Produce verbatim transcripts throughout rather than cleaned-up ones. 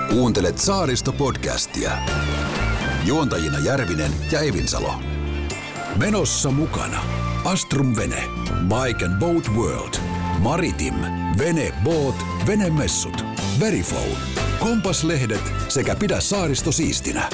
Kuuntelet Saaristo-podcastia. Juontajina Järvinen ja Evinsalo. Menossa mukana Astrum Vene, Bike and Boat World, Maritim, Vene Boat, Venemessut, Verifone, Kompaslehdet sekä Pidä Saaristo siistinä.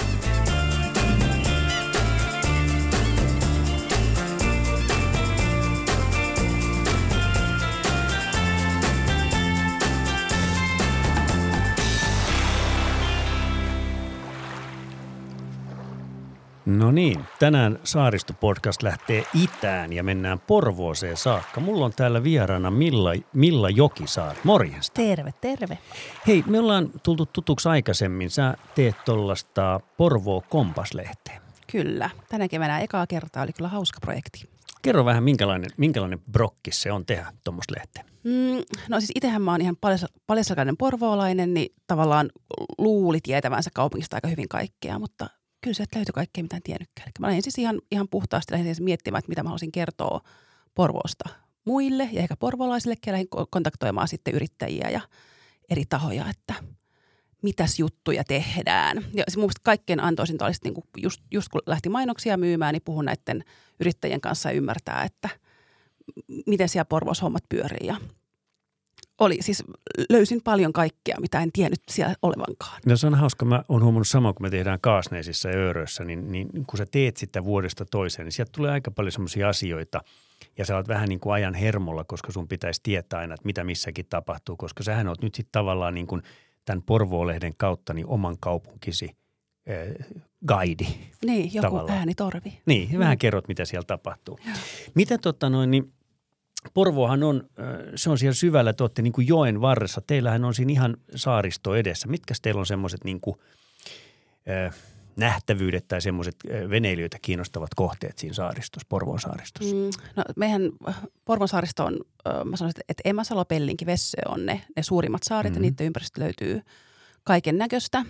No niin, tänään Saaristo-podcast lähtee itään ja mennään Porvooseen saakka. Mulla on täällä vieraana Milla, Milla Jokisaari. Morjesta. Terve, terve. Hei, me ollaan tultu tutuksi aikaisemmin. Sä teet tuollaista Porvoo Kompaslehteä. Kyllä. Tänä keväänä ekaa kertaa oli kyllä hauska projekti. Kerro vähän, minkälainen, minkälainen brokkis se on tehdä tuommoista lehteä? Mm, no siis itsehän mä oon ihan paljasalkainen porvoolainen, niin tavallaan luuli tietävänsä kaupungista aika hyvin kaikkea, mutta kyllä sieltä löytyi kaikkea, mitä en tiennytkään. Eli mä lähdin siis ihan, ihan puhtaasti lähdin miettimään, että mitä mä haluaisin kertoa Porvoosta muille ja ehkä porvoolaisille, ja lähdin kontaktoimaan sitten yrittäjiä ja eri tahoja, että mitäs juttuja tehdään. Ja mun mielestä kaikkein antoisinta olisi, niin kuin just, just kun lähti mainoksia myymään, niin puhun näiden yrittäjien kanssa ja ymmärtää, että miten siellä Porvoossa hommat pyörii. Ja oli siis, löysin paljon kaikkea, mitä en tiennyt siellä olevankaan. No se on hauska. Mä oon huomannut samaa, kun me tehdään Kaasneisissa ja Öörössä, niin, niin kun sä teet sitä vuodesta toiseen, niin sieltä tulee aika paljon semmoisia asioita. Ja sä oot vähän niin kuin ajan hermolla, koska sun pitäisi tietää aina, että mitä missäkin tapahtuu. Koska sähän oot nyt sitten tavallaan niin kuin tämän Porvoo-lehden kautta niin oman kaupunkisi äh, guidi. Niin, joku tavallaan. Äänitorvi. Niin, ja vähän kerrot, mitä siellä tapahtuu. Ja. Mitä tota noin, niin Porvoohan on, se on siellä syvällä, te olette niin kuin joen varressa. Teillähän on siinä ihan saaristo edessä. Mitkä teillä on semmoiset niin kuin äh, nähtävyydet tai semmoiset veneilijöitä kiinnostavat kohteet siinä saaristossa, Porvoon saaristossa? Mm, no meidän Porvoon saaristo on, mä sanoisin, että Emäsalo, Pellinki, Vessö on ne, ne suurimmat saaret mm-hmm. ja niiden ympäristöstä löytyy kaiken näköistä.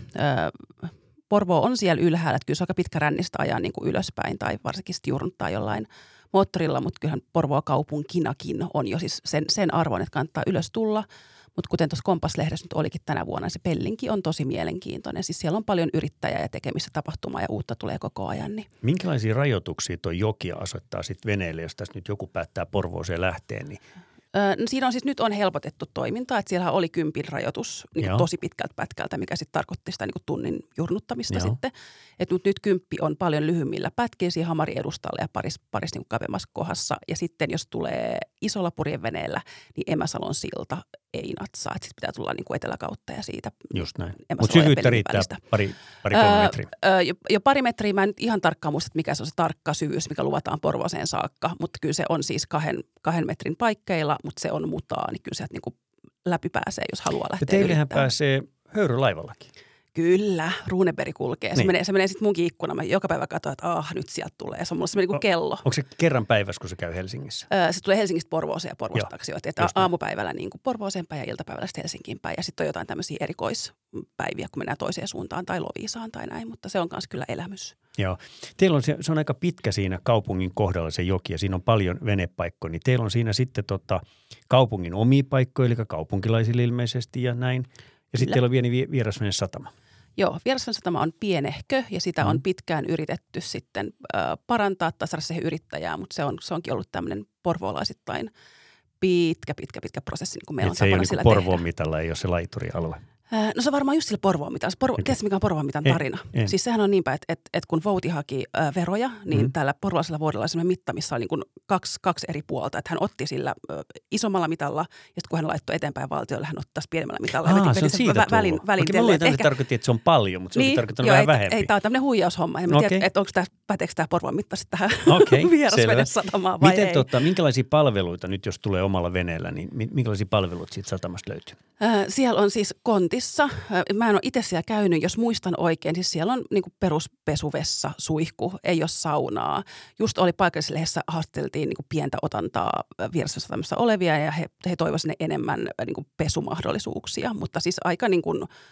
Porvoo on siellä ylhäällä, että kyllä se on aika pitkä rännistä ajaa niin kuin ylöspäin tai varsinkin sitten jurnuttaa jollain moottorilla, mutta kyllähän Porvoo kaupunkinakin on jo siis sen, sen arvon, että kannattaa ylös tulla. Mutta kuten tuossa Kompaslehdessä nyt olikin tänä vuonna, se Pellinki on tosi mielenkiintoinen. Siis siellä on paljon yrittäjää ja tekemistä tapahtumaa ja uutta tulee koko ajan. Niin. Minkälaisia rajoituksia tuo joki asettaa sitten veneille, jos tässä nyt joku päättää Porvooseen lähteä? Niin? Öö, no siinä on siis nyt on helpotettu toimintaa, että siellä oli kympin rajoitus niin kuin tosi pitkältä pätkältä, mikä sitten tarkoitti sitä niin kuin tunnin jurnuttamista Joo. sitten. Että nyt kymppi on paljon lyhyimmillä pätkiä siinä Hamarin edustalla ja paris, paris niin kuin kapeammassa kohdassa. Ja sitten jos tulee isolla purjeveneellä, niin Emäsalon silta ei natsaa. Että sitten pitää tulla niin kuin eteläkautta ja siitä Just näin. Mutta syvyyttä riittää pari, pari kolme metriä. Öö, jo, jo pari metriä. Mä en nyt ihan tarkkaan muista, että mikä se on se tarkka syvyys, mikä luvataan Porvooseen saakka. Mutta kyllä se on siis kahden, kahden metrin paikkeilla, mutta se on mutaa, niin kyllä sieltä niin kuin läpi pääsee, jos haluaa lähteä yrittämään. Teillähän pääsee höyrylaivallakin. Kyllä, Runeberg kulkee. Se niin. menee, se menee sitten munkin ikkuna. Mä joka päivä katsoin, että ah, nyt sieltä tulee. Se on mulla semmoinen kuin kello. Onko se kerran päivässä, kun se käy Helsingissä? Öö, se tulee Helsingistä Porvooseen ja Porvoosta taksioita. Että aamupäivällä niin kuin Porvooseen päin ja iltapäivällä sitten Helsinkiin päin. Ja sitten on jotain tämmöisiä erikoispäiviä, kun mennään toiseen suuntaan tai Loviisaan tai näin. Mutta se on myös kyllä elämys. Joo. Teillä on, se on aika pitkä siinä kaupungin kohdalla se joki ja siinä on paljon venepaikkoja. Niin teillä on siinä sitten tota, kaupungin omia paikkoja, eli kaupunkilaisille ilmeisesti ja näin. Ja sitten teillä on pieni vierasvene satama. Joo, vierasvenäsatama on pienehkö ja sitä mm. on pitkään yritetty sitten ö, parantaa tai saada siihen yrittäjää, mutta se, on, se onkin ollut tämmöinen porvoolaisittain pitkä, pitkä, pitkä prosessi, niin kuin meillä on tapana sillä tehdä. Se ei ole niin Porvoon mitalla, ei ole se laiturialue. No se on varmaan just sillä Porvoon mitalla. Porvo, tiedätkö, mikä on Porvoon mitan tarina? En, en. Siis sehän on niinpä, että, että, että kun Vouti haki ö, veroja, niin mm. täällä porvoolaisella vuodella oli sellainen mitta, missä oli niin kuin kaksi, kaksi eri puolta. Että hän otti sillä ö, isommalla mitalla ja sitten kun hän laittoi eteenpäin valtiolle, hän ottaisi pienemmällä mitalla. Aa, se on siitä vä, välin, välin Okei, mä luulen, että ehkä tarkoitti, että se on paljon, mutta se niin, onkin tarkoittanut vähän vähempi. Ei, tämä on tämmöinen huijaushomma. En okay. tiedä, että onko tämä, päteekö tämä Porvoon mitta sitten tähän okay, vierasvenesatamaan vai Miten, ei. Tota, minkälaisia palveluita nyt, jos tulee omalla veneellä, niin minkälaisia palveluita siitä satamasta löytyy? Äh, siellä on siis kontissa. Äh, mä en ole itse siellä käynyt, jos muistan oikein. Siis siellä on niin kuin peruspesuvessa, suihku, ei ole saunaa. Just oli paikallislehdessä, haastateltiin niin kuin pientä otantaa vierasvenesatamassa olevia ja he, he toivoivat sinne enemmän niin kuin pesumahdollisuuksia. Mutta siis aika niin kuin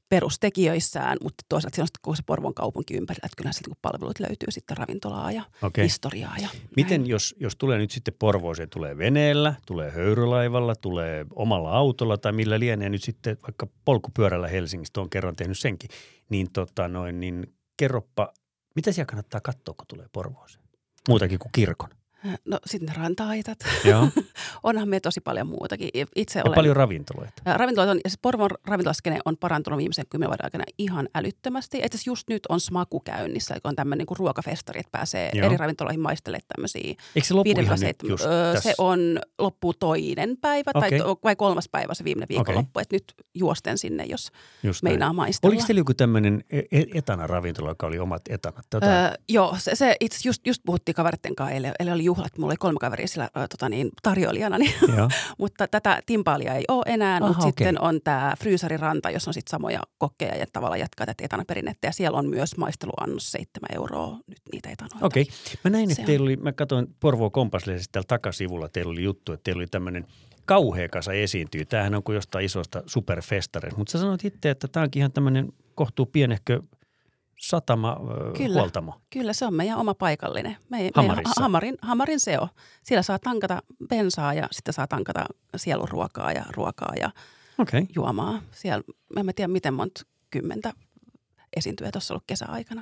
perustekijöissään, mutta toisaalta siellä on sitten koko se Porvoon kaupunki ympärillä, että kyllähän sieltä palvelut löytyy sitten ravintolaa ja okay. historiaa. Ja miten jos, jos tulee nyt sitten Porvooseen, tulee veneellä, tulee höyrylaivalla, tulee omalla autolla tai millä lienee nyt sitten vaikka polkupyörällä Helsingistä, on kerran tehnyt senkin, niin, tota noin, niin kerropa, mitä siellä kannattaa katsoa, kun tulee Porvooseen? Muutakin kuin kirkon. No sitten ranta-aitat. Joo. Onhan me tosi paljon muutakin. Itse ja olen, paljon ravintoloita. Ravintoloita on, ja siis Porvoon ravintolaskene on parantunut viimeisen kymmenen vuoden aikana ihan älyttömästi. Itse asiassa just nyt on Smaku käynnissä, joka on tämmöinen niin kuin ruokafestari, että pääsee Joo. eri ravintoloihin maistelemaan tämmöisiä. Eikö se loppu ihan nyt just öö, Se on loppuu toinen päivä okay. tai, vai kolmas päivä se viimeinen viikonloppu. Okay. Että nyt juosten sinne, jos just meinaa maistella. Oliko teillä joku tämmöinen etana-ravintola, joka oli omat etanat? Öö, joo, se, se itse just, just puhuttiin kaveritten kanssa, eli, eli oli juhlat. Mulla oli kolme kaveria sillä äh, tota niin, tarjoilijana, niin mutta tätä timpaalia ei ole enää, Aha, mutta okay. sitten on tämä Fryysariranta, jossa on sitten samoja kokkeja ja tavallaan jatkaa tätä etanaperinnettä. Ja siellä on myös maisteluannos seitsemän euroa nyt niitä etanoita. Okei. Okay. Mä näin, että teillä oli, mä katsoin Porvoo Kompaslehdessä täällä takasivulla, teillä oli juttu, että teillä oli tämmöinen kauhea kasa esiintyy. Tämähän on kuin jostain isosta superfestareista, mutta sä sanoit itse, että tämä onkin ihan tämmöinen kohtuu pienehkö satama kyllä, huoltamo. Kyllä, se on meidän oma paikallinen. Me, Hamarissa. Me, hamarin, hamarin se on. Siellä saa tankata bensaa ja sitten saa tankata sieluruokaa ja ruokaa ja okay. juomaa. Siellä, mä en tiedä miten monta kymmentä esiintyjä tuossa ollut kesäaikana.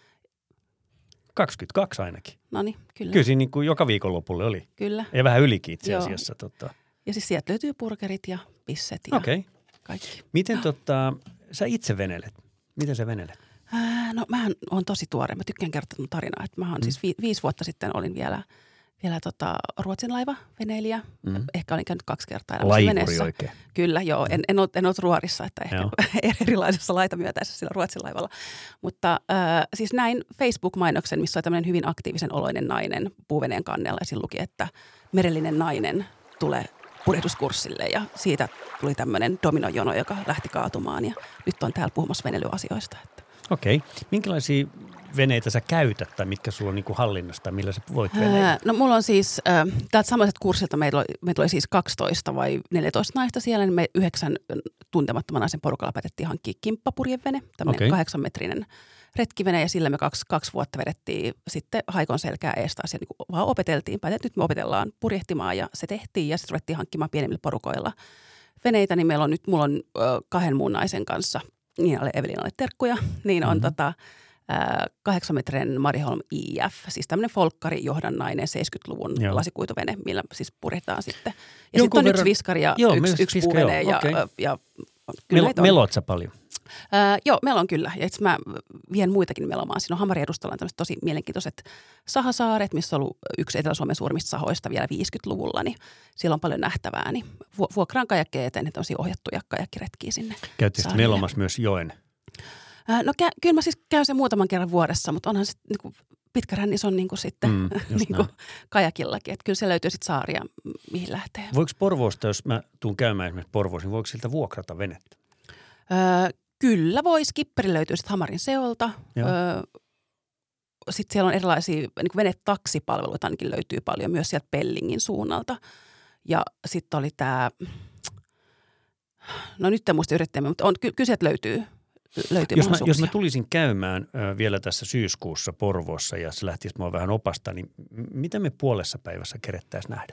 kaksikymmentäkaksi ainakin. Noniin, kyllä. Kyllä siinä niin kuin joka viikonlopulle oli. Kyllä. Ja vähän ylikin itse asiassa. Tota. Ja siis sieltä löytyy burgerit ja pisset ja okay. kaikki. Miten tota, sä itse venelet? Miten sä venelet? No mähän on tosi tuore. Mä tykkään kertoa mun tarinaa. Että mä oon mm. siis vi- viisi vuotta sitten olin vielä, vielä tota Ruotsin laiva veneilijä. Mm. Ehkä olin käynyt kaksi kertaa elämässä veneessä. oikein. Kyllä, joo. En, en, ollut, en ollut ruorissa, että ehkä erilaisessa laitamyötäisessä sillä Ruotsin laivalla. Mutta äh, siis näin Facebook-mainoksen, missä oli tämmöinen hyvin aktiivisen oloinen nainen puuveneen kannella. Ja siinä luki, että merellinen nainen tulee purjehduskurssille ja siitä tuli tämmöinen dominojono, joka lähti kaatumaan. Ja nyt on täällä puhumassa veneilyasioista, että okei. Minkälaisia veneitä sä käytät tai mitkä sulla on niin kuin hallinnassa tai millä sä voit veneillä? No mulla on siis, äh, täältä samaiset kurssilta meillä oli, meillä oli siis kaksitoista vai neljätoista naista siellä, niin me yhdeksän tuntemattoman naisen porukalla päätettiin hankkia kimppapurjevene, tämmöinen okay. kahdeksanmetrinen retkivene ja sillä me kaksi, kaksi vuotta vedettiin sitten haikon selkää ees taas ja niin kuin vaan opeteltiin. Päätettiin, että nyt me opetellaan purjehtimaan ja se tehtiin ja sitten ruvettiin hankkimaan pienemmillä porukoilla veneitä, niin meillä on nyt, mulla on äh, kahden muun naisen kanssa niin oli Evelinalle terkkuja, niin on mm-hmm. tota, kahdeksanmetrinen Mariholm I F, siis tämmöinen folkkarijohdannainen seitsemänkymmentäluvun joo. lasikuituvene, millä siis purjehtaan sitten. Ja sitten on verran yksi viskari ja joo, yksi, yksi puuvene. Ja, okay. ja, ja, Mel- melot sä paljon? Ää, joo, melon kyllä. Ja itse mä vien muitakin melomaan. Siinä on Hamarin edustalla tämmöiset tosi mielenkiintoiset sahasaaret, missä on ollut yksi Etelä-Suomen suurimmista sahoista vielä viisikymmentäluvulla. Niin siellä on paljon nähtävää. Niin vuokraan kajakkeja eteen, että tämmöisiä ohjattuja kajakkiretkiä sinne. Käytkö melomassa myös joen? Ää, no kä- kyllä mä siis käyn sen muutaman kerran vuodessa, mutta onhan se niinku pitkä rännis on niinku sitten mm, niinku kajakillakin. Että kyllä se löytyy sitten saaria, mihin lähtee. Voiko Porvoosta, jos mä tuun käymään esimerkiksi Porvoossa, niin voiko siltä vuokrata venettä? Öö, kyllä voi. Skipperi löytyy sitten Hamarin seolta. Öö, sitten siellä on erilaisia niin venetaksipalveluita ainakin löytyy paljon myös sieltä Pellingin suunnalta. Ja sitten oli tämä, no nyt en muista yrittäjämme, mutta on, ky- kyllä sieltä löytyy. Jos mä, jos mä tulisin käymään ö, vielä tässä syyskuussa Porvoossa ja se lähtisi mua vähän opastaa, niin mitä me puolessa päivässä kerettäisiin nähdä?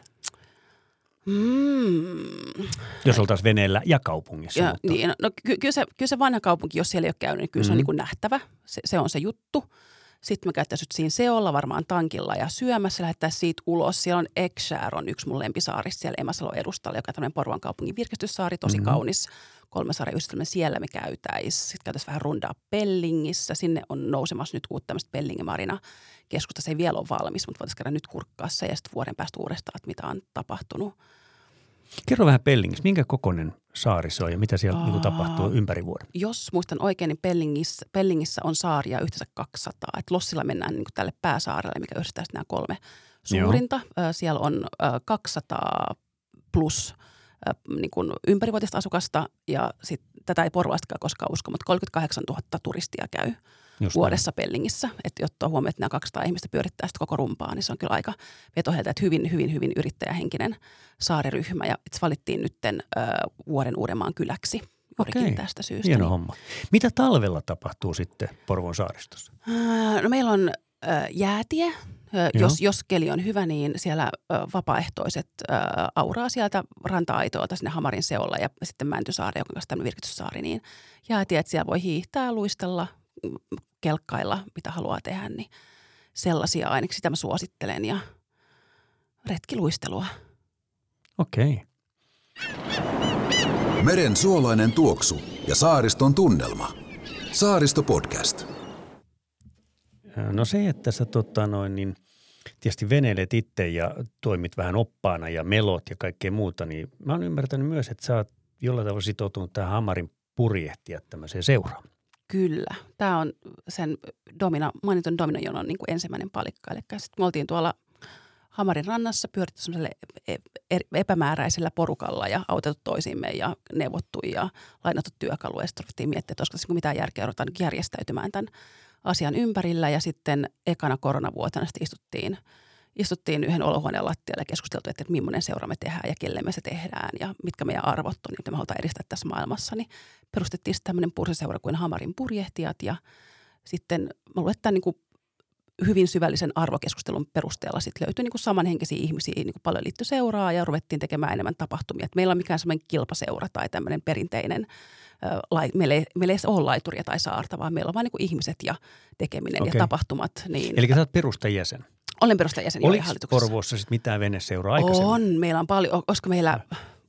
Mm. Jos oltaisiin veneellä ja kaupungissa. Ja, mutta. Niin, no ky- kyllä, se, kyllä se vanha kaupunki, jos siellä ei ole käynyt, niin kyllä mm. se on niin kuin nähtävä. Se, se on se juttu. Sitten me käyttäisiin siinä seolla varmaan tankilla ja syömässä, lähettäisiin siitä ulos. Siellä on Ekshär, on yksi mun lempisaarista siellä Emäsalon edustalla, joka on tämmöinen Porvoon kaupungin virkistyssaari, tosi mm-hmm. kaunis. Kolme saaren yhdistelmä, siellä me käytäisiin. Sitten käytäisiin vähän rundaa Pellingissä. Sinne on nousemassa nyt uutta tämmöistä Pellingin-marina keskusta. Se ei vielä ole valmis, mutta voitaisiin käydä nyt kurkkaa se ja sitten vuoden päästä uudestaan, että mitä on tapahtunut. Kerro vähän Pellingistä. Minkä kokoinen saari se on ja mitä siellä niin tapahtuu ympäri vuoden? Jos muistan oikein, niin Pellingissä, Pellingissä on saaria yhteensä kaksisataa. Et Lossilla mennään niin kuin tälle pääsaarelle, mikä yhdistää nämä kolme suurinta. Joo. Siellä on kaksisataa plus niin kuin ympärivuotista asukasta ja sit, tätä ei porvalaistakaan koskaan usko, mutta kolmekymmentäkahdeksantuhatta turistia käy Just vuodessa näin. Pellingissä. Että jotta huomioon, että nämä kaksisataa ihmistä pyörittää sitä koko rumpaa, niin se on kyllä aika vetoheiltä, että hyvin, hyvin, hyvin yrittäjähenkinen saariryhmä. Ja itse valittiin nytten äh, vuoden Uudenmaan kyläksi juurikin Okei. tästä syystä. Hieno niin. homma. Mitä talvella tapahtuu sitten Porvoon saaristossa? Ää, no meillä on ä, jäätie. Ä, jos, jos keli on hyvä, niin siellä ä, vapaaehtoiset ä, auraa sieltä ranta-aitoilta sinne Hamarin seolla ja sitten Mäntysaari, joka on tämmöinen virkistyssaari, niin jäätie, että siellä voi hiihtää, luistella, kelkkailla, mitä haluaa tehdä, niin sellaisia ainakin sitä mä suosittelen ja retkiluistelua. Okei. Meren suolainen tuoksu ja saariston tunnelma. Saaristo-podcast. No se, että sä tota noin, niin tietysti veneilet itse ja toimit vähän oppaana ja melot ja kaikkea muuta, niin mä oon ymmärtänyt myös, että sä oot jollain tavalla sitoutunut tähän Hamarin purjehtia tämmöiseen seuraan. Kyllä. Tämä on sen domino, mainitun dominojonon niin kuin ensimmäinen palikka. Eli sitten me oltiin tuolla Hamarin rannassa pyöritty semmoiselle epämääräisellä porukalla ja autettu toisiimme ja neuvottu ja lainattu työkaluja. Ja sitten ruvettiin miettiä, että olisiko mitään järkeä ruveta järjestäytymään tämän asian ympärillä. Ja sitten ekana koronavuotena sitten istuttiin, istuttiin yhden olohuoneen lattialle ja keskusteltu, että millainen seura me tehdään ja kelle me se tehdään ja mitkä meidän arvot on, mitä me halutaan edistää tässä maailmassa. Niin perustettiin sitten tämmöinen purjeseura kuin Hamarin purjehtijat ja sitten mä luulen, että niin kuin hyvin syvällisen arvokeskustelun perusteella sitten löytyi niin kuin samanhenkisiä ihmisiä, niin kuin paljon liittyi seuraa ja ruvettiin tekemään enemmän tapahtumia. Et meillä on mikään semmoinen kilpaseura tai tämmöinen perinteinen, äh, lai, meillä, ei, meillä ei ole laituria tai saarta, vaan meillä on vain niin kuin ihmiset ja tekeminen Okei. ja tapahtumat. Niin, Eli sä oot perustajäsen. olen perustajäsen jo Oliko hallituksessa. Porvoossa sitten mitään veneseuraa aikaisemmin? On, meillä on paljon, koska meillä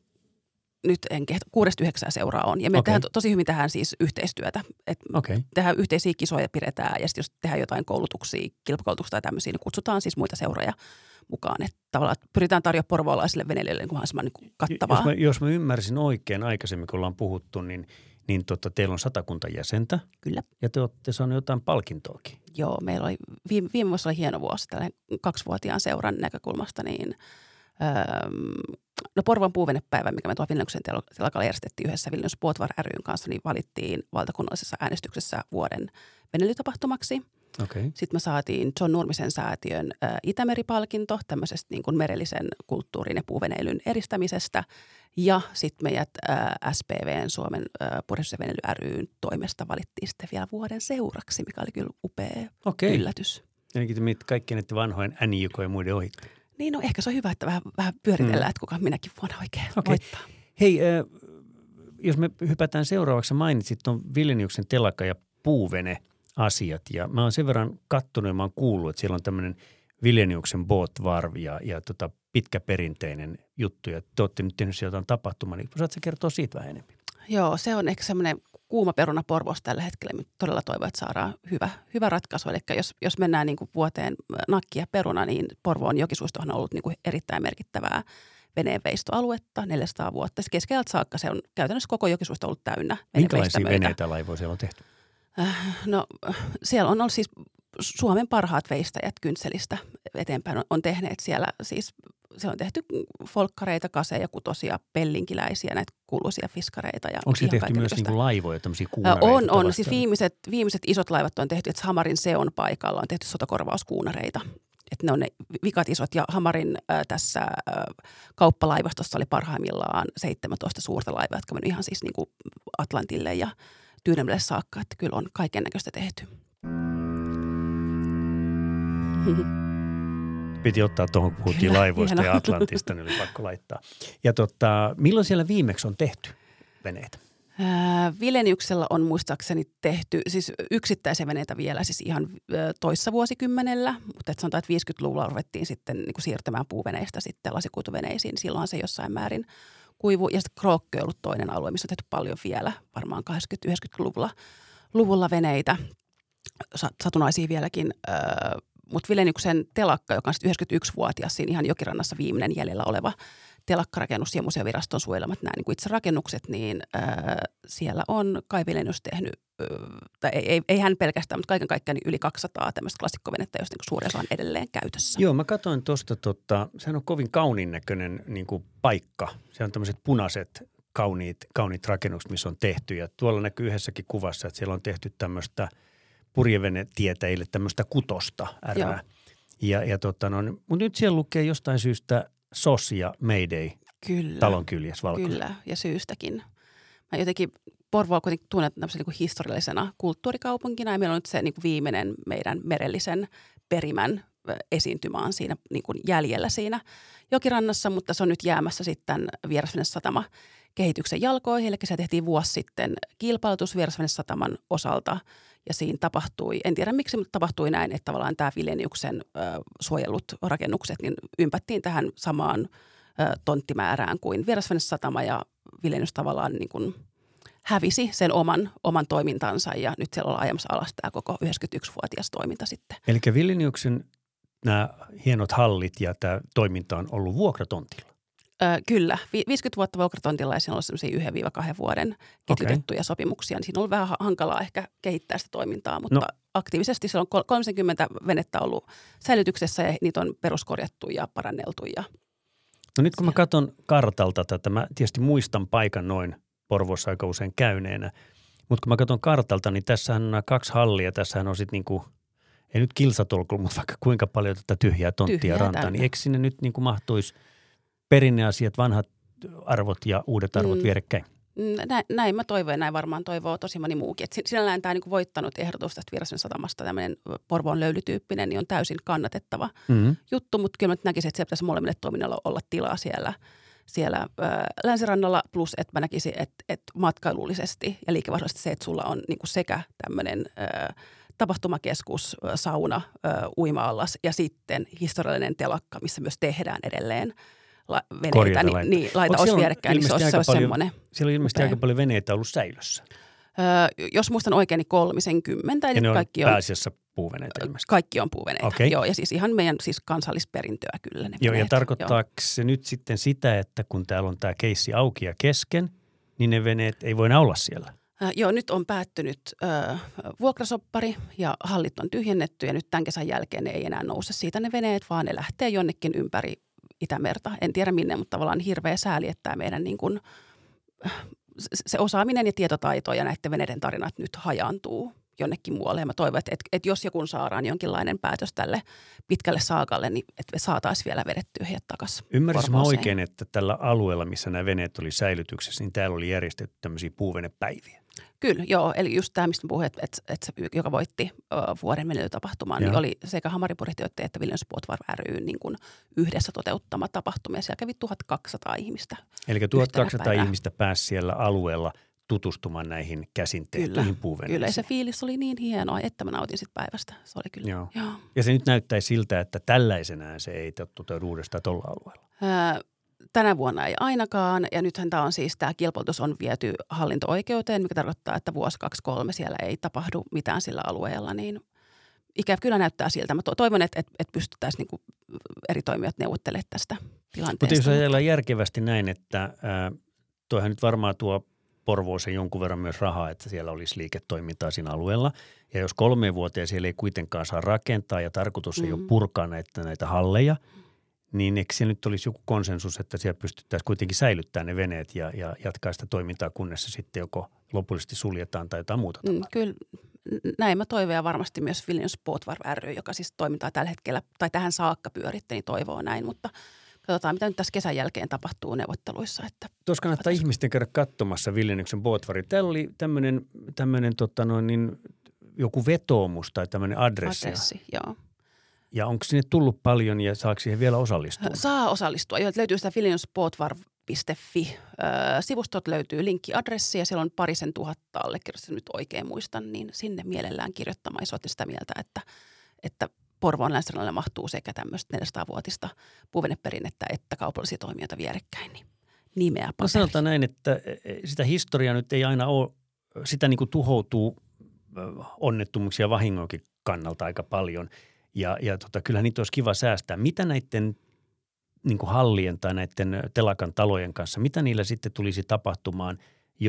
nyt en kehtä, kuudesta yhdeksää seuraa on. Ja me Okei. tehdään to, tosi hyvin tähän siis yhteistyötä. Et Okei. tehdään yhteisiä kisoja pidetään ja sitten jos tehdään jotain koulutuksia, kilpakoulutuksia tai tämmöisiä, niin kutsutaan siis muita seuroja mukaan. Että tavallaan pyritään tarjoamaan porvoolaisille veneilijöille niin mahdollisimman niin kattavaa. Jos mä, jos mä ymmärsin oikein aikaisemmin, kun ollaan puhuttu, niin, niin tota, teillä on satakunta jäsentä. Kyllä. Ja te olette saaneet jotain palkintoakin. Joo, meillä oli, viime, viime vuosi oli hieno vuosi tällainen kaksivuotiaan seuran näkökulmasta, niin öö, no Porvoon puuvenepäivä, mikä me tuolla Vilniuksen telakalla järjestettiin yhdessä Vilnius Båtvar ry:n kanssa, niin valittiin valtakunnallisessa äänestyksessä vuoden veneilytapahtumaksi. Okei. Sitten me saatiin John Nurmisen säätiön ä, Itämeri-palkinto tämmöisestä niin kuin merellisen kulttuurin ja puuveneilyn edistämisestä. Ja sitten meidät ä, S P V:n Suomen ä, purjehdus- ja veneily ry:n toimesta valittiin sitten vielä vuoden seuraksi, mikä oli kyllä upea Okei. yllätys. Eli kaikkien näiden vanhojen N J K ja muiden ohi. Niin no ehkä se on hyvä, että vähän, vähän pyöritellään, mm. että kuka minäkin vuonna oikein Okei. voittaa. Hei, äh, jos me hypätään seuraavaksi, mainitsit tuon Vilniuksen telakka ja puuvene asiat. Ja mä oon sen verran kattonut ja mä oon kuullut, että siellä on tämmöinen Vilniuksen Båtvarv ja, ja tota pitkäperinteinen juttu. Ja te olette nyt tehnyt siellä jotain tapahtumaa, niin saatko sä kertoa siitä vähän enemmän? Joo, se on ehkä semmoinen kuuma peruna Porvoossa tällä hetkellä. Mä todella toivon, että saadaan hyvä, hyvä ratkaisu. Eli jos, jos mennään niin kuin vuoteen nakki ja peruna, niin Porvoon jokisuistohan on ollut niin kuin erittäin merkittävää veneenveistoaluetta neljäsataa vuotta. Keskellä saakka se on käytännössä koko jokisuisto ollut täynnä Minkälaisia veneitä laivoja siellä on tehty? No siellä on ollut siis Suomen parhaat veistäjät Kyntselistä eteenpäin on, on tehneet siellä siis siellä on tehty folkkareita, kaseja, kutosia, pellinkiläisiä, näitä kuuluisia fiskareita. Ja onko se tehty myös niinku laivoja, tämmöisiä kuunareita? On, on. Siis viimeiset, viimeiset isot laivat on tehty, että Hamarin seon paikalla on tehty sotakorvauskuunareita. Että ne on ne vikat isot ja Hamarin äh, tässä äh, kauppalaivastossa oli parhaimmillaan seitsemäntoista suurta laivaa, jotka menivät ihan siis niinku Atlantille ja Tyynemelle saakka, että kyllä on kaiken näköistä tehty. Piti ottaa tuohon, kun puhuttiin laivoista ja Atlantista, niin oli pakko laittaa. Ja tota, milloin siellä viimeksi on tehty veneitä? Äh, Vilniuksella on muistaakseni tehty, siis yksittäisiä veneitä vielä, siis ihan äh, toissa vuosikymmenellä, mutta et sanotaan, että viisikymmentäluvulla ruvettiin sitten niin kuin siirtymään puuveneistä sitten lasikuituveneisiin. Silloin se jossain määrin kuivu. Ja sitten Krookke on ollut toinen alue, missä on tehty paljon vielä, varmaan kahdeksankymmentä-yhdeksänkymmentäluvulla luvulla veneitä, satunnaisia vieläkin. Äh, Mutta Vilniuksen telakka, joka on sitten yhdeksänkymmentäyksivuotias, siinä ihan jokirannassa viimeinen jäljellä oleva telakkarakennus ja museoviraston suojelemat nämä niin kuin itse rakennukset, niin ää, siellä on Kai Vilnius tehnyt, ää, tai ei, ei, ei hän pelkästään, mutta kaiken kaikkiaan niin yli kaksisataa tämmöistä klassikkovenettä, joista niin suurin osa on edelleen käytössä. Joo, mä katsoin tuosta, tota, sehän on kovin kauniin näköinen niin kuin paikka. Se on tämmöiset punaiset kauniit, kauniit rakennukset, missä on tehty ja tuolla näkyy yhdessäkin kuvassa, että siellä on tehty tämmöistä purjevenetietäjille tämmöistä kutosta ärää. Ja, ja tota no, mutta nyt siellä lukee jostain syystä S O S ja Mayday Kyllä. talon kyljessä valkoinen. Kyllä, ja syystäkin. Mä jotenkin Porvoa kuitenkin tunnetaan tämmöisenä niin historiallisena kulttuurikaupunkina ja meillä on nyt se niin kuin viimeinen meidän merellisen perimän esiintymä on siinä niin kuin jäljellä siinä jokirannassa, mutta se on nyt jäämässä sitten Vierasvenesatama kehityksen jalkoihin. Eli se tehtiin vuosi sitten kilpailutus Vierasvenesataman osalta ja siinä tapahtui, en tiedä miksi, mutta tapahtui näin, että tavallaan tämä Vileniuksen ö, suojellut rakennukset niin ympättiin tähän samaan ö, tonttimäärään kuin Vierasvenesatama ja Vilenius tavallaan niin kuin hävisi sen oman, oman toimintansa ja nyt siellä ollaan ajamassa alas tämä koko yhdeksänkymmentäyksivuotias toiminta sitten. Eli Vileniuksen nämä hienot hallit ja tämä toiminta on ollut vuokratontilla? Öö, kyllä. Vi- viisikymmentä vuotta vuokratontilla ja siinä on ollut sellaisia yhden kahden vuoden ketjutettuja okay. sopimuksia. Niin siinä on ollut vähän hankalaa ehkä kehittää sitä toimintaa, mutta no. aktiivisesti siellä on kolmekymmentä venettä ollut säilytyksessä ja niitä on peruskorjattu ja paranneltu. Ja no nyt kun mä katson kartalta tätä, mä tietysti muistan paikan noin Porvoossa aika usein käyneenä, mutta kun mä katson kartalta, niin tässähän on nämä kaksi hallia, tässähän on sitten niinku ei nyt kilsatolkulla, mutta vaikka kuinka paljon tätä tyhjää tonttia tyhjää rantaa, täynnä. Niin eikö sinne nyt niin kuin mahtuisi perinneasiat, vanhat arvot ja uudet arvot mm. vierekkäin? Näin, näin mä toivon ja näin varmaan toivoo tosi moni muukin. Et sinällään tämä niin voittanut ehdotus tästä Vierasvenesatamasta, tämmöinen Porvoon löylytyyppinen, niin on täysin kannatettava mm-hmm. juttu, mutta kyllä mä näkisin, että se pitäisi molemmille toiminnalle olla tilaa siellä, siellä ää, länsirannalla, plus että mä näkisin, että, että matkailullisesti ja liikevaihdollisesti se, että sulla on niin kuin sekä tämmöinen ää, tapahtumakeskus, sauna, uima-allas ja sitten historiallinen telakka, missä myös tehdään edelleen la- veneitä, niin, niin laita olisi vierekkäin, niin se olisi, se olisi semmoinen. Siellä on ilmeisesti aika paljon veneitä ollut säilössä. Öö, jos muistan oikein, niin kolmisenkymmentä. Ja ne on kaikki on pääasiassa puuveneitä ilmeisesti. Kaikki on puuveneitä, okay. Joo, ja siis ihan meidän siis kansallisperintöä kyllä ne Joo, veneet. Ja tarkoittaako joo. se nyt sitten sitä, että kun täällä on tämä keissi auki ja kesken, niin ne veneet ei voi olla siellä? Äh, joo, nyt on päättynyt äh, vuokrasoppari ja hallit on tyhjennetty ja nyt tämän kesän jälkeen ne ei enää nouse siitä ne veneet, vaan ne lähtee jonnekin ympäri Itämerta. En tiedä minne, mutta tavallaan hirveä sääli, että tämä meidän niin kuin, äh, se osaaminen ja tietotaito ja näiden veneiden tarinat nyt hajaantuu jonnekin muualle. Ja mä toivon, että, että, että jos ja kun saadaan jonkinlainen päätös tälle pitkälle saakalle, niin että me saataisiin vielä vedettyä heidät takaisin. Ymmärsin mä oikein, että tällä alueella, missä nämä veneet oli säilytyksessä, niin täällä oli järjestetty tämmöisiä puuvenepäiviä. Kyllä, joo. Eli just tämä, mistä puhuin, että, että, että joka voitti uh, vuoden veneilytapahtumaan, niin oli sekä Hamaripurjehtijoiden että Vilnius Båtvarv ry niin kuin yhdessä toteuttama tapahtuma. Ja siellä kävi tuhatkaksisataa ihmistä. Eli tuhatkaksisataa ihmistä pääsi siellä alueella tutustumaan näihin käsin tehtyihin puuveneisiin. Kyllä, se fiilis oli niin hienoa, että mä nautin sit päivästä. Se oli kyllä. Joo. Joo. Ja se nyt näyttää siltä, että tällaisenään se ei toteudu uudestaan tuolla alueella. Öö, tänä vuonna ei ainakaan. Ja nythän tämä on siis, tämä kilpailutus on viety hallinto-oikeuteen, mikä tarkoittaa, että vuosi kaksi kolme siellä ei tapahdu mitään sillä alueella. Niin ikävä kyllä näyttää siltä. Mä toivon, että, että, että pystyttäisiin niin kuin eri toimijat neuvottelemaan tästä tilanteesta. Mutta jos ajatellaan järkevästi näin, että äh, toihan nyt varmaan tuo Porvooseen jonkun verran myös rahaa, että siellä olisi liiketoimintaa siinä alueella. Ja jos kolme vuoteen siellä ei kuitenkaan saa rakentaa ja tarkoitus ei mm-hmm. ole purkaa näitä, näitä halleja, niin eikö siellä nyt olisi joku konsensus, että siellä pystyttäisiin kuitenkin säilyttämään ne veneet ja, ja jatkaa sitä toimintaa, kunnes se sitten joko lopullisesti suljetaan tai jotain muuta tapaa? Mm, kyllä näin mä toivon ja varmasti myös Vilnius Båtvarv ry, joka siis toimintaa tällä hetkellä tai tähän saakka pyöritti, niin toivoo näin, mutta katsotaan, mitä nyt tässä kesän jälkeen tapahtuu neuvotteluissa. Että tuossa kannattaa otas. ihmisten käydä katsomassa Vilniuksen Båtvarv. Täällä oli tämmöinen, tämmöinen tota noin, niin, joku vetoomus tai tämmöinen adressi. Adressi, joo. Ja onko sinne tullut paljon ja saako siihen vielä osallistua? Saa osallistua. Joo, löytyy sitä vilniusbåtvarv piste fi. Sivustot löytyy linkkiadressi ja siellä on parisen tuhatta allekirjoitusta, nyt oikein muistan, niin sinne mielellään kirjoittamaan. Ja sitä mieltä, että, että Porvoon länsirannalle mahtuu sekä tämmöistä neljäsataavuotista puuveneperinnettä että kaupallisia toimijoita vierekkäin, niin nimeä paperi. No sanotaan näin, että sitä historiaa nyt ei aina ole, sitä niin kuin tuhoutuu onnettomuuksia ja vahingoinkin kannalta aika paljon. Ja, ja tota, kyllä niitä olisi kiva säästää. Mitä näiden niin kuin hallien tai näiden telakan talojen kanssa, mitä niillä sitten tulisi tapahtumaan,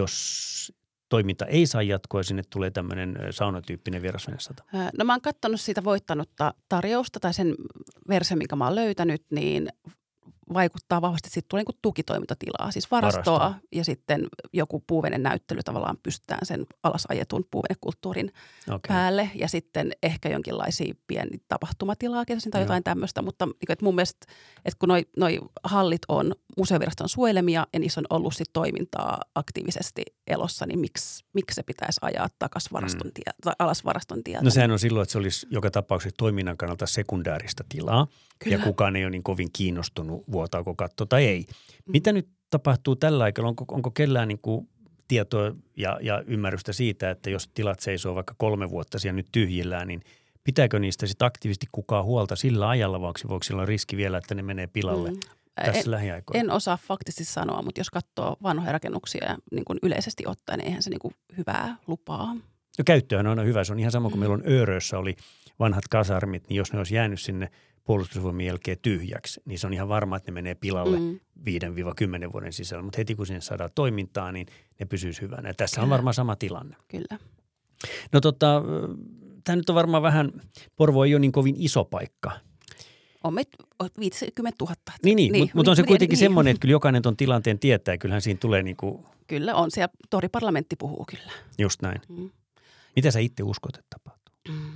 jos toiminta ei saa jatkoa ja sinne tulee tämmöinen saunatyyppinen Vierasvenesatama? No mä oon katsonut siitä voittanutta tarjousta tai sen versio, minkä mä oon löytänyt, niin vaikuttaa vahvasti, sitten tulee niin tukitoimintatilaa, siis varastoa Varastoa. ja sitten joku puuvenenäyttely tavallaan pystytään sen alasajetun puuvenekulttuurin Okay. päälle ja sitten ehkä jonkinlaisia pieni tapahtumatilaa tai jotain tämmöistä, mutta niin kuin, että mun mielestä, että kun noi, noi hallit on museoviraston suojelemia ja niissä on ollut sit toimintaa aktiivisesti elossa, niin miksi, miksi se pitäisi ajaa takaisin varaston tie, tai alas varaston tieltä? No sehän on silloin, että se olisi joka tapauksessa toiminnan kannalta sekundääristä tilaa. Kyllä. Ja kukaan ei ole niin kovin kiinnostunut, vuotaako katto tai ei. Mm. Mitä nyt tapahtuu tällä aikalla? Onko, onko kellään niin kuin tietoa ja, ja ymmärrystä siitä, että jos tilat seisoo vaikka kolme vuotta siellä nyt tyhjillään, niin pitääkö niistä sitten aktiivisesti kukaan huolta sillä ajalla, vai voiko sillä olla riski vielä, että ne menee pilalle mm. tässä en, lähiaikoina? En osaa faktisesti sanoa, mutta jos katsoo vanhoja rakennuksia ja niin kuin yleisesti ottaen, niin eihän se niin kuin hyvää lupaa. No käyttöhän on aina hyvä. Se on ihan sama kuin Mm. meillä on Öörössä oli vanhat kasarmit, niin jos ne olisi jäänyt sinne puolustusvoimien jälkeen tyhjäksi, niin se on ihan varma, että ne menee pilalle Mm. viiden kymmenen vuoden sisällä. Mutta heti kun sinne saadaan toimintaa, niin ne pysyisi hyvänä. Ja tässä Kyllä. on varmaan sama tilanne. Kyllä. No tota, tämä nyt on varmaan vähän, Porvoo ei ole niin kovin iso paikka. On meitä viisikymmentätuhatta. Niin, niin, niin mutta mut on se niin, kuitenkin niin. semmoinen, että kyllä jokainen ton tilanteen tietää. Ja kyllähän siinä tulee niinku, Kyllä on, siellä toriparlamentti puhuu kyllä. just näin. Mm. Mitä sä itse uskot, että tapahtuu? Mm.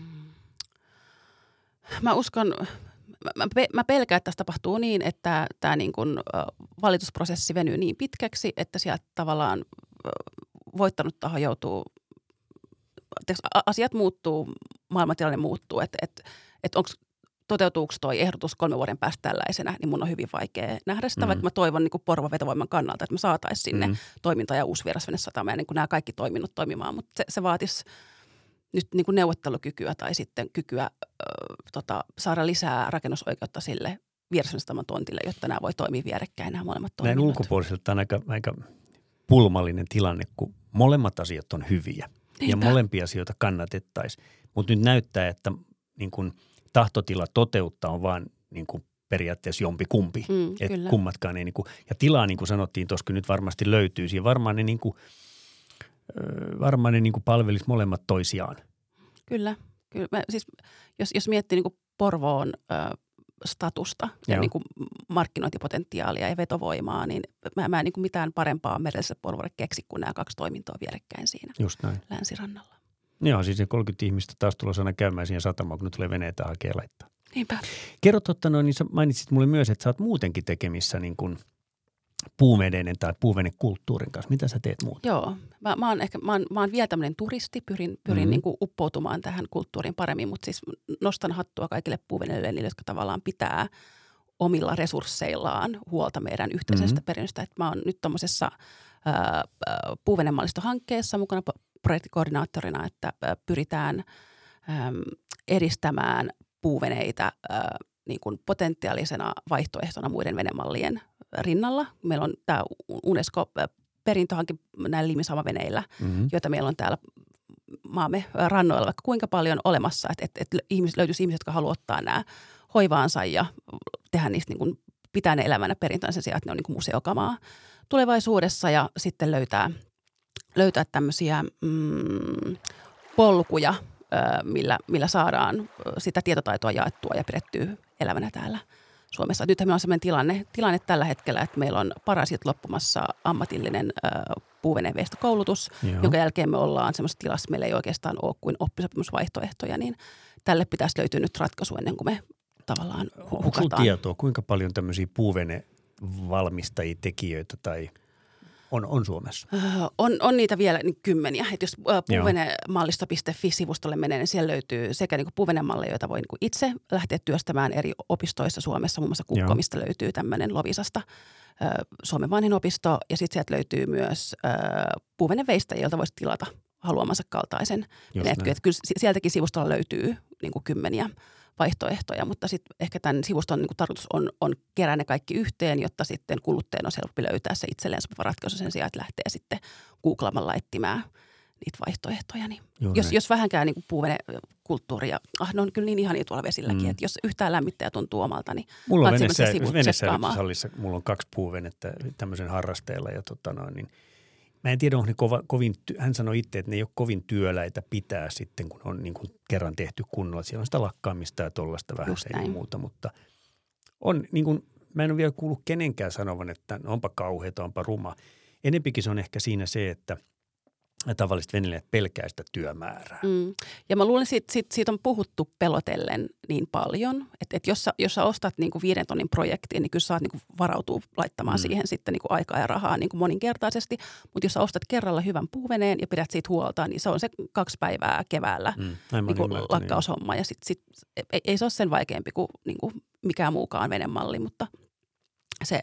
Mä uskon, mä, mä pelkään, että tässä tapahtuu niin, että tämä niin kuin, valitusprosessi venyy niin pitkäksi, että sieltä tavallaan voittanut taho joutuu, asiat muuttuu, maailmantilanne muuttuu, että et, et onko toteutuuko toi ehdotus kolmen vuoden päästä tällaisena, niin mun on hyvin vaikea nähdä sitä, mm. vaikka mä toivon niin kuin Porvon vetovoiman kannalta, että me saataisiin sinne mm. toiminta- ja uusi vierasvenesatama ja niin kuin nämä kaikki toiminnot toimimaan, mutta se, se vaatisi nyt niin kuin neuvottelukykyä tai sitten kykyä ö, tota, saada lisää rakennusoikeutta sille vierasvenesataman tontille, jotta nämä voi toimia vierekkäin nämä molemmat toiminnot. Näin ulkopuoliselta on aika, aika pulmallinen tilanne, kun molemmat asiat on hyviä Niinpä. Ja molempia asioita kannatettaisiin, mutta nyt näyttää, että niin kuin tahtotila toteuttaa on vaan niin kuin periaatteessa jompikumpi, Mm, että kyllä. kummatkaan ei niin kuin, ja tilaa niin kuin sanottiin tuossa nyt varmasti löytyy, ja varmaan ne, niin kuin, varmaan ne niin kuin palvelisi molemmat toisiaan. Kyllä, kyllä. Mä, siis, jos, jos miettii niin kuin Porvoon ö, statusta ja Joo. niin kuin markkinointipotentiaalia ja vetovoimaa, niin mä, mä en niin kuin mitään parempaa merelliselle Porvoolle keksi kuin nämä kaksi toimintoa vierekkäin siinä Just näin. länsirannalla. Joo, siis se kolmekymmentä ihmistä taas tulossa aina käymään siihen satamaan, kun ne tulee veneitä hakea laittaa. Niinpä. Kerro totta noin, niin sä mainitsit mulle myös, että sä oot muutenkin tekemissä niin kuin puuveneiden tai puuvenekulttuurin kanssa. Mitä sä teet muuta? Joo, mä, mä, oon ehkä, mä, oon, mä oon vielä tämmöinen turisti, pyrin, pyrin Mm-hmm. niin kuin uppoutumaan tähän kulttuuriin paremmin, mutta siis nostan hattua kaikille puuveneille, niille, jotka tavallaan pitää omilla resursseillaan huolta meidän yhteisestä Mm-hmm. perinnöstä. Että mä oon nyt tuommoisessa puuvenemallistohankkeessa mukana projektikoordinaattorina, että ää, pyritään äm, edistämään puuveneitä ää, niin kuin potentiaalisena vaihtoehtona muiden venemallien rinnalla. Meillä on tämä UNESCO-perintöhanke näillä liimisaamaveneillä, Mm-hmm. joita meillä on täällä maamme rannoilla vaikka kuinka paljon olemassa, että, että, että ihmiset, löytyisi ihmiset, jotka haluavat ottaa nämä hoivaansa ja tehdä niistä niin kuin, pitää ne elävänä perintönä sen sijaan, että ne on niin kuin museokamaa tulevaisuudessa ja sitten löytää, löytää tämmöisiä mm, polkuja, ö, millä, millä saadaan sitä tietotaitoa jaettua ja pidettyä elävänä täällä Suomessa. Nythän meillä on sellainen tilanne, tilanne tällä hetkellä, että meillä on parasit loppumassa ammatillinen ö, puuveneenveistokoulutus, Joo. jonka jälkeen me ollaan semmoisessa tilassa, meillä ei oikeastaan ole kuin oppisopimusvaihtoehtoja, niin tälle pitäisi löytyä nyt ratkaisu ennen kuin me tavallaan Onko sinulla hukataan. tietoa, kuinka paljon tämmöisiä puuvenevalmistajia, tekijöitä tai on, on Suomessa? Öö, On, on niitä vielä niin kymmeniä. Et jos puuvenemallisto piste fi-sivustolle menee, niin siellä löytyy sekä niin puuvenemalleja, joita voi niin itse lähteä työstämään eri opistoissa Suomessa. Muun muassa Kukkomista löytyy tämmöinen Lovisasta ö, Suomen vanhin opisto. Ja sitten sieltä löytyy myös ö, puuveneveistäjiä, joilta voisi tilata haluamansa kaltaisen. näin. Että kyllä sieltäkin sivustolla löytyy niin kuin kymmeniä vaihtoehtoja, mutta sitten ehkä tämän sivuston niin kuin tarkoitus on, on kerää ne kaikki yhteen, jotta sitten kuluttajan on helpompi löytää se itselleen sopiva ratkaisu sen sijaan, että lähtee sitten googlaamalla etsimään niitä vaihtoehtoja. Niin jos, jos vähänkään niin puuvenekulttuuri ja ah, ne on kyllä niin ihania tuolla vesilläkin, mm. että jos yhtään lämmittäjä tuntuu omalta, niin mulla on venessä, venessä, venessä sallissa, mulla on kaksi puuvenettä tämmöisen harrasteella ja tota noin, niin mä en tiedä, onko ne kova, kovin, hän sanoi itse, että ne ei ole kovin työläitä pitää sitten, kun on niin kuin kerran tehty kunnolla. Siellä on sitä lakkaamista ja tollaista vähän ja muuta, mutta on niin kuin mä en ole vielä kuullut kenenkään sanovan, että onpa kauheata, onpa ruma. Enempikin se on ehkä siinä se, että tavalliset veneilijät pelkää sitä työmäärää. Mm. Ja mä luulen, että siitä, siitä, siitä on puhuttu pelotellen niin paljon, että, että jos, sä, jos sä ostat niin kuin viiden tonnin projektiin, niin kyllä saat niin kuin varautua laittamaan mm. siihen sitten niin kuin aikaa ja rahaa niin kuin moninkertaisesti. Mutta jos sä ostat kerralla hyvän puuveneen ja pidät siitä huolta, niin se on se kaksi päivää keväällä mm. niin kuin lakkaushomma. Ja sit, sit, ei, ei se ole sen vaikeampi kuin, niin kuin mikään muukaan venemalli, mutta se...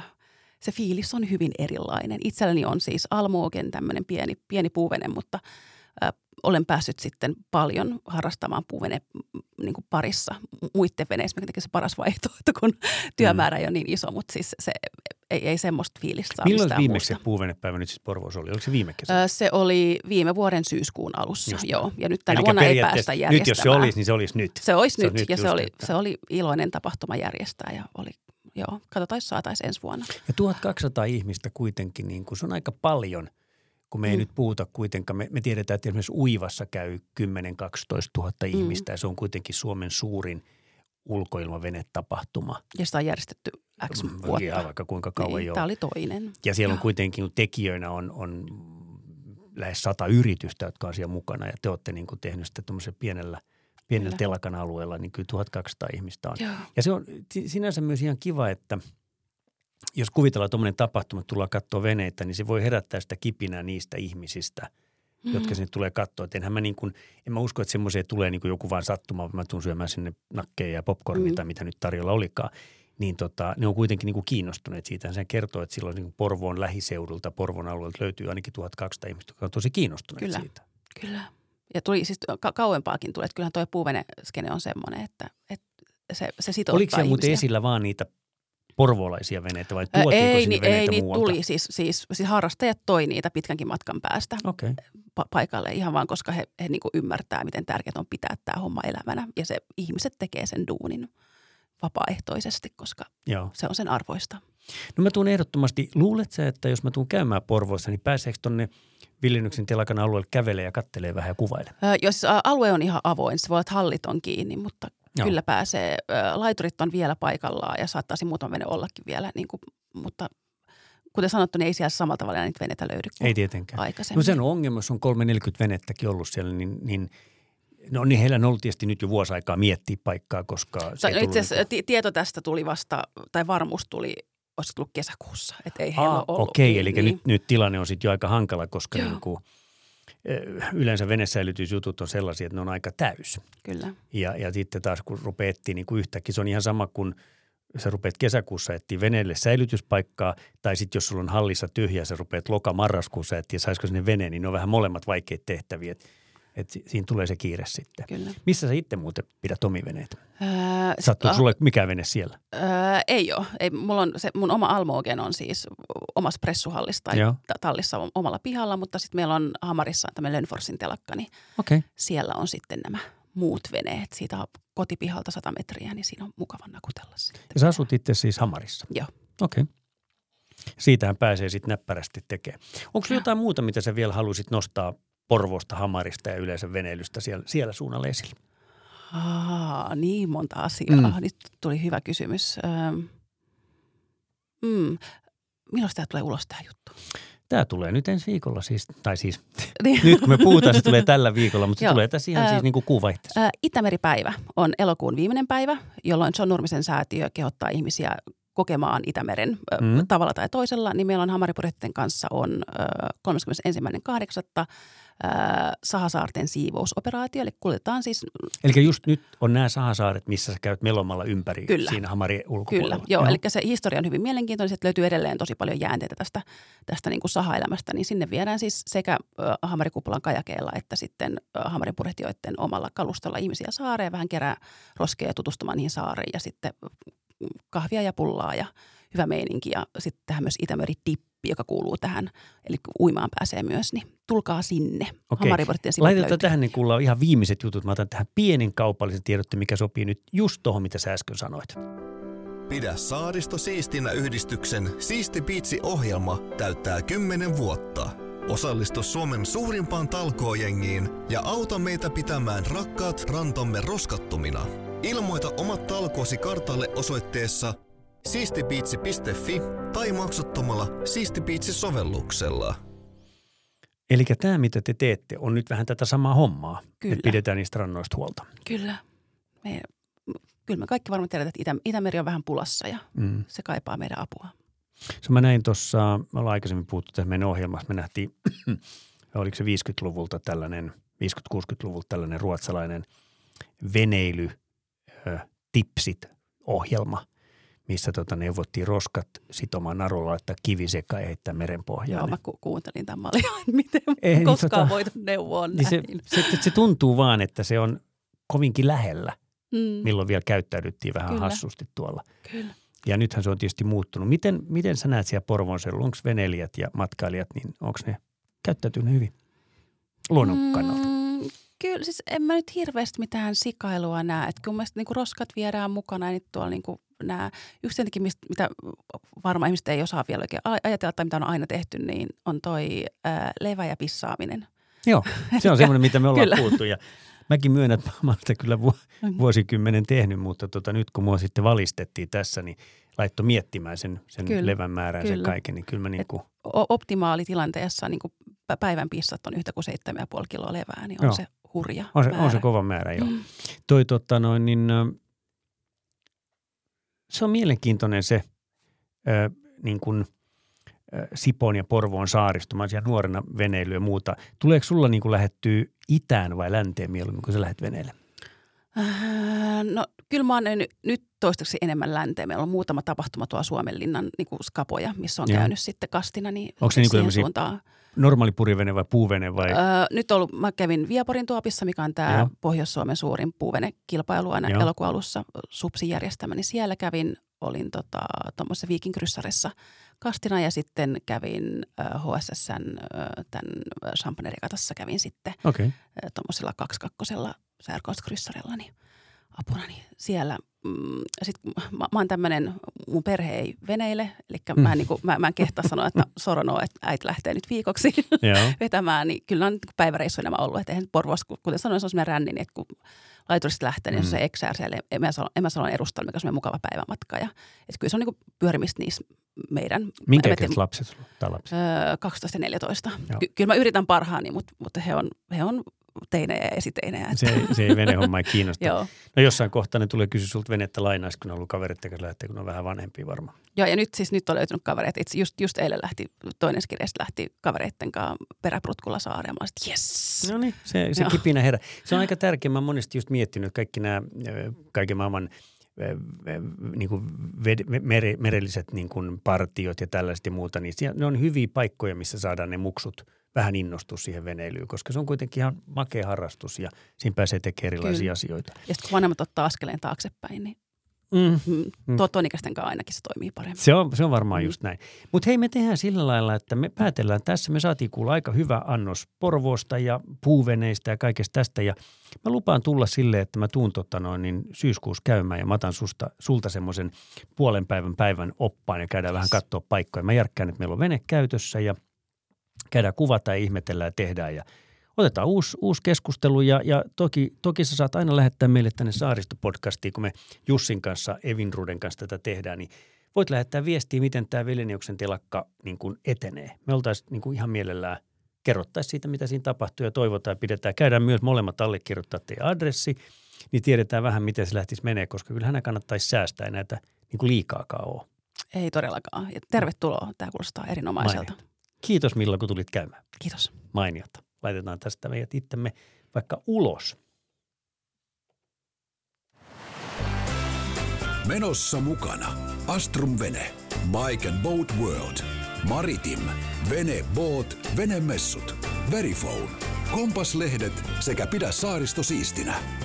Se fiilis on hyvin erilainen. Itselläni on siis Almoogen tämmöinen pieni, pieni puuvene, mutta äh, olen päässyt sitten paljon harrastamaan puuvene niin kuin parissa muiden veneissä, mikä tekee se paras vaihtoehto, kun työmäärä ei ole niin iso, mutta siis se ei, ei semmoista fiilistä saa milloin mistään viimeksi muusta. se puuvenepäivä nyt siis Porvoossa oli? Oliko se viime kesä? Äh, se oli viime vuoden syyskuun alussa, just joo. Ja nyt tänä Elikkä vuonna ei päästä järjestämään. Nyt jos se olisi, niin se olisi nyt. Se olisi se nyt, nyt ja just, se oli, että... se oli iloinen tapahtuma järjestää ja oli... Joo, katsotaan, jos saataisiin ensi vuonna. Ja tuhatkaksisataa ihmistä kuitenkin, niin kuin, se on aika paljon, kun me ei mm. nyt puhuta kuitenkaan. Me, me tiedetään, että esimerkiksi Uivassa käy kymmenen kaksitoista tuhatta mm. ihmistä ja se on kuitenkin Suomen suurin ulkoilmavenetapahtuma. Ja sitä on järjestetty X vuotta. Ihan vaikka kuinka kauan niin, jo. Tämä oli toinen. Ja siellä Joo. on kuitenkin, kun tekijöinä on, on lähes sata yritystä, jotka on siellä mukana ja te olette niin kuin tehnyt sitä tuollaisella pienellä Pienellä telakan alueella, niin kyllä tuhatkaksisataa ihmistä on. Joo. Ja se on sinänsä myös ihan kiva, että jos kuvitellaan tuommoinen tapahtuma, että tullaan katsoa veneitä, niin se voi herättää sitä kipinää niistä ihmisistä, mm-hmm. jotka sinne tulee katsoa. Et enhän mä niin kuin, en mä usko, että semmoisia tulee niin kuin joku vaan sattuma, mä tuun syömään sinne nakkeja ja popcornia mm-hmm. tai mitä nyt tarjolla olikaan. Niin tota, ne on kuitenkin niin kuin kiinnostuneet siitä. Sen kertoo, että silloin niin kuin Porvoon lähiseudulta, Porvoon alueelta löytyy ainakin tuhatkaksisataa ihmistä, jotka on tosi kiinnostuneet kyllä, siitä. Kyllä. Ja tuli siis ka- kauempaakin tuli, että kyllähän tuo puuveneskene on semmoinen, että, että se, se sitouttaa Oliko siellä muuten ihmisiä. esillä vaan niitä porvoolaisia veneitä vai tuotiinko ei, sinne ni, veneitä ei, niitä muualta? tuli. Siis, siis, siis harrastajat toi niitä pitkänkin matkan päästä okay. pa- paikalle ihan vaan, koska he, he niinku ymmärtää, miten tärkeää on pitää tämä homma elävänä. Ja se ihmiset tekee sen duunin vapaaehtoisesti, koska Joo. se on sen arvoista. No mä tuun ehdottomasti, luulet sä, että jos mä tuun käymään Porvoossa, niin pääseekö tonne Viljennyksen telakan alueelle kävelee ja kattelee vähän ja kuvailee? Öö, jos alue on ihan avoin, se voi olla, että hallit on kiinni, mutta Joo. kyllä pääsee. Öö, laiturit on vielä paikallaan ja saattaisi muutama vene ollakin vielä, niin kuin, mutta kuten sanottu, niin ei siellä samalla tavalla niitä veneitä löydy kuin ei tietenkään. aikaisemmin. No sen on ongelma, jos on kolme neljäkymmentä venettäkin ollut siellä, niin, niin no niin heillä on ollut tietysti nyt jo vuosi aikaa miettiä paikkaa, koska se no, itse asiassa niin tieto tästä tuli vasta, tai varmuus tuli olisiko tullut kesäkuussa, että ei heillä ah, ollut. Okei, okay, niin, eli niin. nyt, nyt tilanne on sitten jo aika hankala, koska niin kuin, yleensä venesäilytysjutut on sellaisia, että ne on aika täys. Kyllä. Ja, ja sitten taas kun rupeaa etsiä niin kuin yhtäkkiä, se on ihan sama kuin sä rupeat kesäkuussa etsiä veneelle säilytyspaikkaa, tai sitten jos sulla on hallissa tyhjä, sä rupeat loka-marraskuussa etsiä, saisiko sinne veneen, niin ne on vähän molemmat vaikeita tehtäviä. Että siinä tulee se kiire sitten. Kyllä. Missä sä itse muuten pidät omiveneitä? Öö, Sattuuko sulle mikään vene siellä? Öö, ei ole. Ei, mulla on se, mun oma Almoogen on siis omassa pressuhallissa tai t- tallissa omalla pihalla, mutta sitten meillä on Hamarissa tämmöinen Lönforsin telakka, niin okay. siellä on sitten nämä muut veneet. Siitä on kotipihalta sata metriä, niin siinä on mukava nakutella sitten. Ja sä asut itse siis Hamarissa? Joo. Okei. Okay. Siitähän pääsee sitten näppärästi tekemään. Onko sulla jotain muuta, mitä sä vielä halusit nostaa Porvoosta, Hamarista ja yleensä veneilystä siellä, siellä suunnalla esille? Aa, niin monta asiaa. Mm. Nyt tuli hyvä kysymys. Öm, mm. Milloin tämä tulee ulos tämä juttu? Tämä tulee nyt ensi viikolla siis, tai siis nyt kun me puhutaan, se tulee tällä viikolla, mutta se tulee tässä ihan siis niin kuin kuuvaihteessa. Itämeri-päivä on elokuun viimeinen päivä, jolloin John Nurmisen säätiö kehottaa ihmisiä kokemaan Itämeren mm. tavalla tai toisella, niin meillä on Hamariprojektien kanssa on kolmaskymmenesensimmäinen kahdeksatta Sahasaarten siivousoperaatio, eli kuljetaan siis... Eli just nyt on nämä Sahasaaret, missä sä käyt melomalla ympäri Kyllä. siinä Hamarin ulkopuolella. Kyllä, joo, joo. Eli se historia on hyvin mielenkiintoinen, että löytyy edelleen tosi paljon jäänteitä tästä, tästä niin kuin sahaelämästä, niin sinne viedään siis sekä Hamarikupulan kajakeilla että sitten Hamaripurehtijoiden omalla kalustolla ihmisiä saareen, vähän kerää roskeja tutustumaan niihin saariin ja sitten kahvia ja pullaa ja hyvä meininki ja sitten tähän myös Itämeri-dippi, joka kuuluu tähän, eli uimaan pääsee myös, niin tulkaa sinne. Okei, laitetaan tähän, niin kuullaan ihan viimeiset jutut. Mä otan tähän pienen kaupallisen tiedotte, mikä sopii nyt just tuohon, mitä sä äsken sanoit. Pidä Saaristo siistinä -yhdistyksen Siisti Biitsi-ohjelma täyttää kymmenen vuotta. Osallistu Suomen suurimpaan talkoojengiin ja auta meitä pitämään rakkaat rantamme roskattomina. Ilmoita omat talkoosi kartalle osoitteessa siistibiitsi piste fi tai maksuttomalla Siistibiitsi-sovelluksella. Eli tämä, mitä te teette, on nyt vähän tätä samaa hommaa. Kyllä. Että pidetään niistä rannoista huolta. Kyllä. Me, kyllä me kaikki varmaan tiedetään, että Itä, Itämeri on vähän pulassa ja mm. se kaipaa meidän apua. So mä näin tuossa, me ollaan aikaisemmin puhuttu tässä meidän ohjelmassa, me nähtiin, oliko se viisikymmentäluvulta tällainen, viisikymmentä-kuusikymmentäluvulta tällainen ruotsalainen veneily, äh, tipsit-ohjelma, missä tota neuvottiin roskat sitomaan narulla, laittaa kivi sekaan ja heittää merenpohjaan. Joo, mä ku- kuuntelin tämän maljan, miten Ei, niin koskaan tota, voitu neuvoa niin se, näin. se, se, se tuntuu vaan, että se on kovinkin lähellä, Mm. milloin vielä käyttäydyttiin vähän Kyllä. hassusti tuolla. Kyllä. Ja nythän se on tietysti muuttunut. Miten, miten sä näet siellä Porvoon seudulla? Onko veneilijät ja matkailijat, niin onko ne käyttäytynyt hyvin luonnon kannalta? Mm, kyllä, siis en mä nyt hirveästi mitään sikailua näe. Että kun mielestäni niin roskat viedään mukana, niin tuolla niin nämä, yksi tietenkin, mitä varmaan ihmiset ei osaa vielä oikein ajatella tai mitä on aina tehty, niin on toi ää, levä ja pissaaminen. Joo, se on semmoinen, mitä me ollaan Kyllä. puhuttu ja mäkin myönnän, että mä oon sitä kyllä vuosikymmenen tehnyt, mutta tota, nyt kun mua sitten valistettiin tässä, niin laittoi miettimään sen, sen Kyllä. levän määrän, sen Kyllä. kaiken, niin kyllä mä niin kuin... Optimaalitilanteessa niin kuin päivän pissat on yhtä kuin seitsemän ja puoli kiloa levää, niin on Joo. se hurja On se, määrä. on se kova määrä, joo. Mm. Toi tota noin, niin se on mielenkiintoinen se ö, niin kuin ö, Sipoon ja Porvoon saaristo. Mä oon siellä nuorena veneily ja muuta. Tuleeko sulla niin kuin lähettyä itään vai länteen mieluummin, kun sä lähdet veneille? Äh, no kyllä mä oon nyt, nyt toistaiseksi enemmän länteen. Meillä on muutama tapahtuma tuolla Suomenlinnan niin kuin skapoja, missä on Joo. käynyt sitten kastina. Niin Onko se niin kuin siihen tämmöisiä suuntaan. normaali purjevene vai puuvene vai? Öö, nyt on ollut, mä kävin Viaporin tuopissa, mikä on tämä Pohjois-Suomen suurin puuvenekilpailu aina Joo. elokuun alussa Supsin järjestämä, niin siellä kävin, olin tuommoisessa tota, Viking Kryssarissa kastina ja sitten kävin äh, H S S:n äh, tämän Champagne-regatassa kävin sitten Okei. äh, tuommoisella kaksikakkosella särkauskryssarilla niin apuna niin siellä. Mm, sitten mä, mä oon tämmöinen, mun perhe ei veneile, eli mm. mä, en, niin kuin, mä, mä en kehtaa sanoa, että soronoo, että äiti lähtee nyt viikoksi vetämään, niin kyllä on päiväreissu enemmän ollut, että eihän Porvoossa, kuten sanoin, se on semmoinen ränni, niin että kun laiturista lähtee, niin mm. se on Eksär siellä Emäsalon edustalla, mikä on semmoinen mukava päivämatka, ja että kyllä se on niin kuin pyörimistä niissä meidän. Minkä ikäiset lapset tai lapset? Öö, kaksitoista ja neljätoista. Ky- kyllä mä yritän parhaani, mutta, mutta he on, he on teinejä ja esiteinejä. Että. Se, ei, se ei venehomma ei kiinnosta. Joo. No jossain kohtaa ne tulee kysyä sulta venettä lainaisi, kun on ollut kavereiden kanssa lähtee, kun on vähän vanhempia varmaan. Joo, ja nyt siis nyt on löytynyt kavereita. Itse just, just eilen lähti, toinen skidesta lähti kavereiden kanssa peräprutkulla saareen. Mä olin, että jes! No niin, se, se kipinä herää. Se on aika tärkeä. Mä oon monesti just miettinyt, että kaikki nämä kaiken maailman niin kuin mere, merelliset niin kuin partiot ja tällaiset ja muuta, niin ne on hyviä paikkoja, missä saadaan ne muksut vähän innostus siihen veneilyyn, koska se on kuitenkin ihan makea harrastus ja siinä pääsee tekemään erilaisia Kyllä. asioita. Ja sitten kun vanhemmat ottaa askeleen taaksepäin, niin mm. mm. tuon ikäisten kanssa ainakin se toimii paremmin. Se on, se on varmaan mm. just näin. Mutta hei, me tehdään sillä lailla, että me päätellään tässä. Me saatiin kuulla aika hyvä annos Porvoosta ja puuveneistä ja kaikesta tästä. Ja mä lupaan tulla silleen, että mä tuun tota noin niin syyskuussa käymään ja mä otan susta, sulta semmoisen puolen päivän päivän oppaan ja käydään yes. vähän katsoa paikkoja. Mä järkkään, että meillä on vene käytössä ja käydään kuvata ja ihmetellään ja tehdään ja otetaan uusi, uusi keskustelu ja, ja toki, toki sä saat aina lähettää meille tänne Saaristo-podcastiin, kun me Jussin kanssa, Evinruuden kanssa tätä tehdään, niin voit lähettää viestiä, miten tämä Vilniuksen telakka niin kuin etenee. Me oltaisiin niin kuin ihan mielellään kerrottaisiin siitä, mitä siinä tapahtuu ja toivotaan ja pidetään. Käydään myös molemmat allekirjoittaa teidän adressi, niin tiedetään vähän, miten se lähtisi menee, koska kyllähän kannattaisi säästää, ei näitä niin kuin liikaakaan ole. Ei todellakaan. Ja tervetuloa. Tämä kuulostaa erinomaiselta. Mainiota. Kiitos Milla, kun tulit käymään. Kiitos. Mainiota. Laitetaan tästä meidät itsemme vaikka ulos. Menossa mukana Astrum Vene, Bike and Boat World, Maritim, Vene Boat, Venemessut, Verifone, Kompaslehdet sekä Pidä Saaristo siistinä.